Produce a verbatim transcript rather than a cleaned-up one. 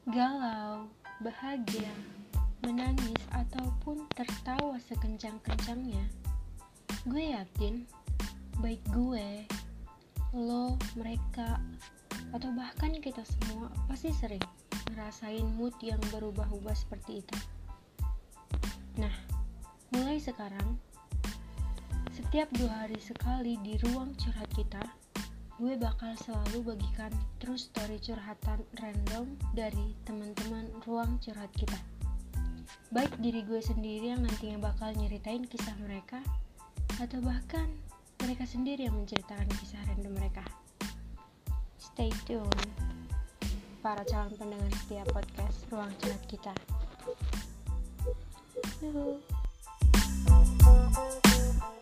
galau, bahagia, menangis, ataupun tertawa sekencang-kencangnya. Gue yakin, baik gue, lo, mereka, atau bahkan kita semua pasti sering ngerasain mood yang berubah-ubah seperti itu. Nah, mulai sekarang, setiap dua hari sekali di ruang curhat kita, gue bakal selalu bagikan true story curhatan random dari teman-teman ruang curhat kita. Baik diri gue sendiri yang nantinya bakal nyeritain kisah mereka, atau bahkan mereka sendiri yang menceritakan kisah random mereka. Stay tune, para calon pendengar setiap podcast ruang curhat kita. Yuhu.